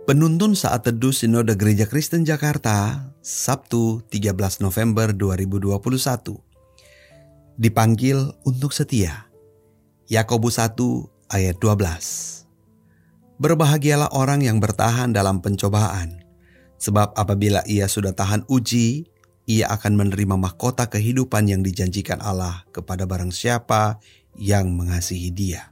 Penuntun Saat Teduh Sinode Gereja Kristen Jakarta, Sabtu 13 November 2021. Dipanggil untuk setia. Yakobus 1 ayat 12. Berbahagialah orang yang bertahan dalam pencobaan, sebab apabila ia sudah tahan uji, ia akan menerima mahkota kehidupan yang dijanjikan Allah kepada barang siapa yang mengasihi Dia.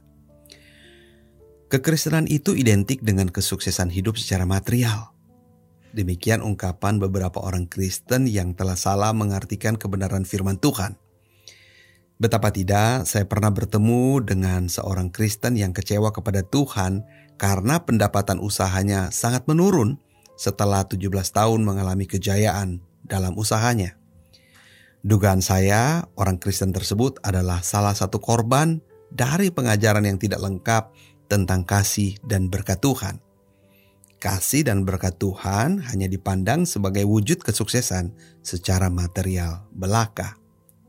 Kekristenan itu identik dengan kesuksesan hidup secara material. Demikian ungkapan beberapa orang Kristen yang telah salah mengartikan kebenaran firman Tuhan. Betapa tidak, saya pernah bertemu dengan seorang Kristen yang kecewa kepada Tuhan karena pendapatan usahanya sangat menurun setelah 17 tahun mengalami kejayaan dalam usahanya. Dugaan saya, orang Kristen tersebut adalah salah satu korban dari pengajaran yang tidak lengkap tentang kasih dan berkat Tuhan. Kasih dan berkat Tuhan hanya dipandang sebagai wujud kesuksesan secara material belaka.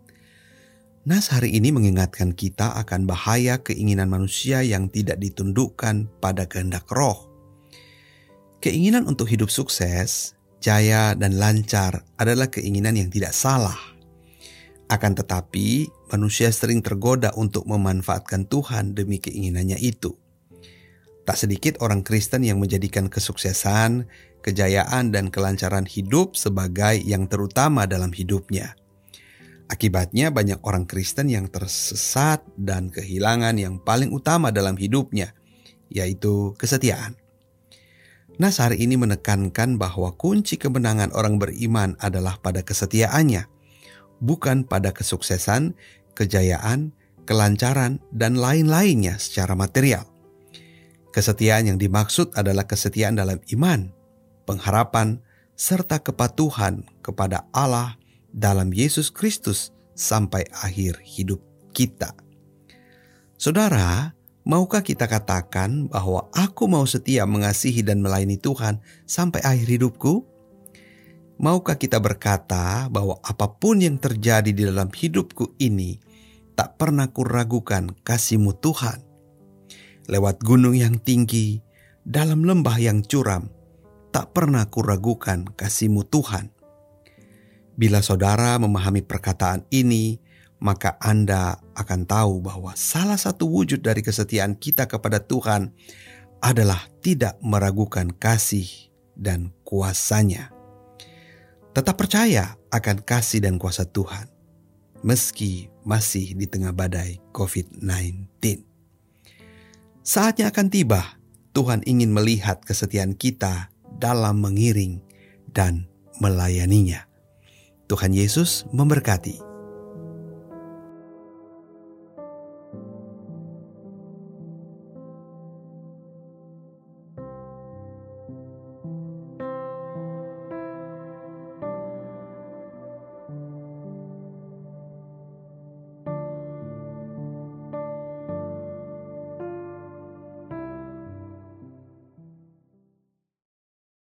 Nas hari ini mengingatkan kita akan bahaya keinginan manusia yang tidak ditundukkan pada kehendak Roh. Keinginan untuk hidup sukses, jaya, dan lancar adalah keinginan yang tidak salah. Akan tetapi, manusia sering tergoda untuk memanfaatkan Tuhan demi keinginannya itu. Tak sedikit orang Kristen yang menjadikan kesuksesan, kejayaan, dan kelancaran hidup sebagai yang terutama dalam hidupnya. Akibatnya banyak orang Kristen yang tersesat dan kehilangan yang paling utama dalam hidupnya, yaitu kesetiaan. Nas hari ini menekankan bahwa kunci kemenangan orang beriman adalah pada kesetiaannya, bukan pada kesuksesan, kejayaan, kelancaran, dan lain-lainnya secara material. Kesetiaan yang dimaksud adalah kesetiaan dalam iman, pengharapan, serta kepatuhan kepada Allah dalam Yesus Kristus sampai akhir hidup kita. Saudara, maukah kita katakan bahwa aku mau setia mengasihi dan melayani Tuhan sampai akhir hidupku? Maukah kita berkata bahwa apapun yang terjadi di dalam hidupku ini tak pernah kuragukan kasih-Mu Tuhan? Lewat gunung yang tinggi, dalam lembah yang curam, tak pernah kuragukan kasih-Mu Tuhan. Bila saudara memahami perkataan ini, maka Anda akan tahu bahwa salah satu wujud dari kesetiaan kita kepada Tuhan adalah tidak meragukan kasih dan kuasa-Nya. Tetap percaya akan kasih dan kuasa Tuhan, meski masih di tengah badai COVID-19. Saatnya akan tiba, Tuhan ingin melihat kesetiaan kita dalam mengiring dan melayaninya. Tuhan Yesus memberkati.